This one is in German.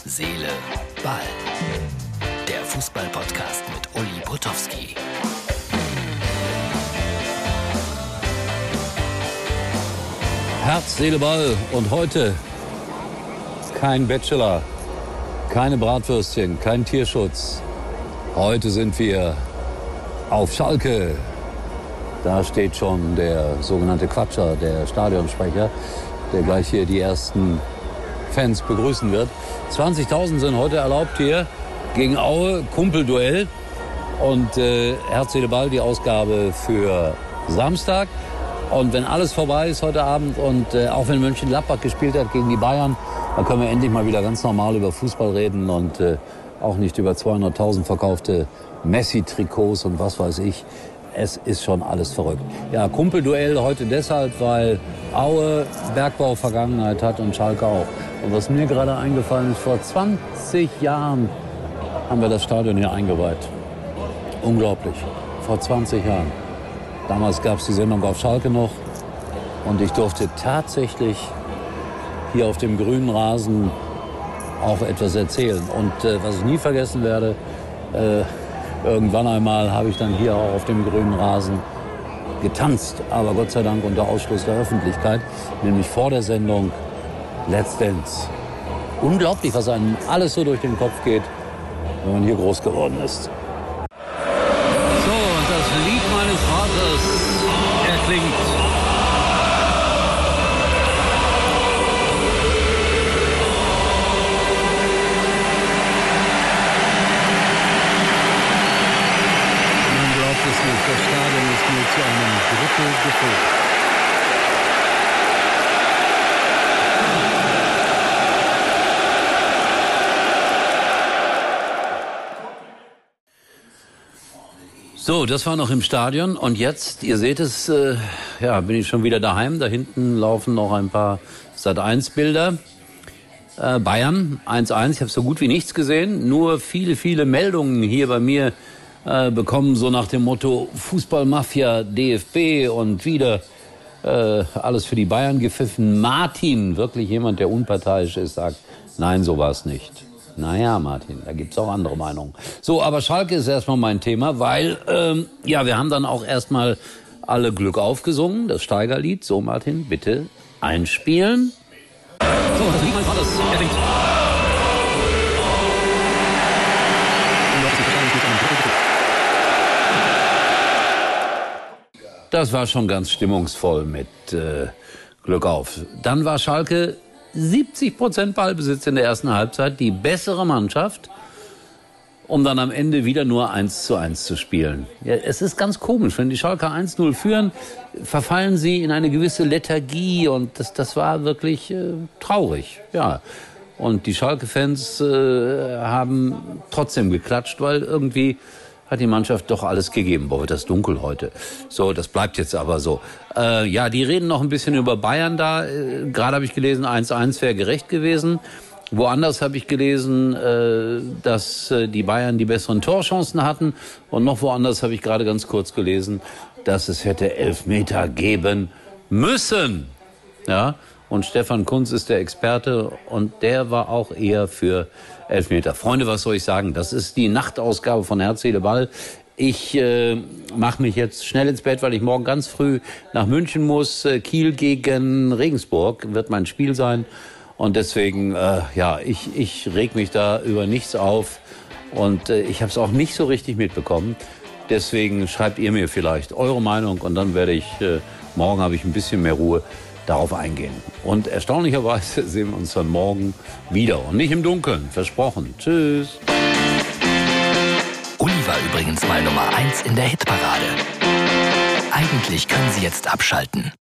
Seele, Ball. Der Fußball-Podcast mit Uli Potowski. Herz, Seele, Ball. Und heute kein Bachelor, keine Bratwürstchen, kein Tierschutz. Heute sind wir auf Schalke. Da steht schon der sogenannte Quatscher, der Stadionsprecher, der gleich hier die ersten Fans begrüßen wird. 20.000 sind heute erlaubt hier gegen Aue, Kumpelduell. Und Herz, Seele, Ball, die Ausgabe für Samstag. Und wenn alles vorbei ist heute Abend und auch wenn Mönchengladbach gespielt hat gegen die Bayern, dann können wir endlich mal wieder ganz normal über Fußball reden und auch nicht über 200.000 verkaufte Messi-Trikots und was weiß ich. Es ist schon alles verrückt. Ja, Kumpelduell heute deshalb, weil Aue Bergbau-Vergangenheit hat und Schalke auch. Und was mir gerade eingefallen ist, vor 20 Jahren haben wir das Stadion hier eingeweiht. Unglaublich. Vor 20 Jahren. Damals gab es die Sendung auf Schalke noch und ich durfte tatsächlich hier auf dem grünen Rasen auch etwas erzählen. Und was ich nie vergessen werde, irgendwann einmal habe ich dann hier auch auf dem grünen Rasen getanzt, aber Gott sei Dank unter Ausschluss der Öffentlichkeit, nämlich vor der Sendung Let's Dance. Unglaublich, was einem alles so durch den Kopf geht, wenn man hier groß geworden ist. So, und das Lied meines Vaters erklingt. Das Stadion ist nur zu einem Drittel gefüllt. So, das war noch im Stadion und jetzt, ihr seht es, bin ich schon wieder daheim. Da hinten laufen noch ein paar Sat.1-Bilder. Bayern 1-1, ich habe so gut wie nichts gesehen, nur viele Meldungen hier bei mir bekommen, so nach dem Motto Fußballmafia, DFB und wieder alles für die Bayern gepfiffen. Martin, wirklich jemand, der unparteiisch ist, sagt, nein, so war es nicht. Naja, Martin, da gibt's auch andere Meinungen. So, aber Schalke ist erstmal mein Thema, weil, wir haben dann auch erstmal alle Glück aufgesungen, das Steigerlied. So, Martin, bitte einspielen. So, das Lied meines Vaters erklingt. Das war schon ganz stimmungsvoll mit Glück auf. Dann war Schalke 70% Ballbesitz in der ersten Halbzeit, die bessere Mannschaft, um dann am Ende wieder nur 1:1 zu spielen. Ja, es ist ganz komisch, wenn die Schalker 1:0 führen, verfallen sie in eine gewisse Lethargie und das war wirklich traurig. Ja. Und die Schalke-Fans haben trotzdem geklatscht, weil irgendwie hat die Mannschaft doch alles gegeben. Boah, wird das dunkel heute. So, das bleibt jetzt aber so. Die reden noch ein bisschen über Bayern da. Gerade habe ich gelesen, 1:1 wäre gerecht gewesen. Woanders habe ich gelesen, dass die Bayern die besseren Torchancen hatten. Und noch woanders habe ich gerade ganz kurz gelesen, dass es hätte Elfmeter geben müssen. Ja. Und Stefan Kuntz ist der Experte und der war auch eher für Elfmeter. Freunde, was soll ich sagen? Das ist die Nachtausgabe von Herz, Seele, Ball. Ich mache mich jetzt schnell ins Bett, weil ich morgen ganz früh nach München muss. Kiel gegen Regensburg wird mein Spiel sein. Und deswegen, ich reg mich da über nichts auf. Und ich habe es auch nicht so richtig mitbekommen. Deswegen schreibt ihr mir vielleicht eure Meinung und dann werde ich, morgen habe ich ein bisschen mehr Ruhe, darauf eingehen. Und erstaunlicherweise sehen wir uns dann morgen wieder. Und nicht im Dunkeln, versprochen. Tschüss. Uli war übrigens mal Nummer 1 in der Hitparade. Eigentlich können Sie jetzt abschalten.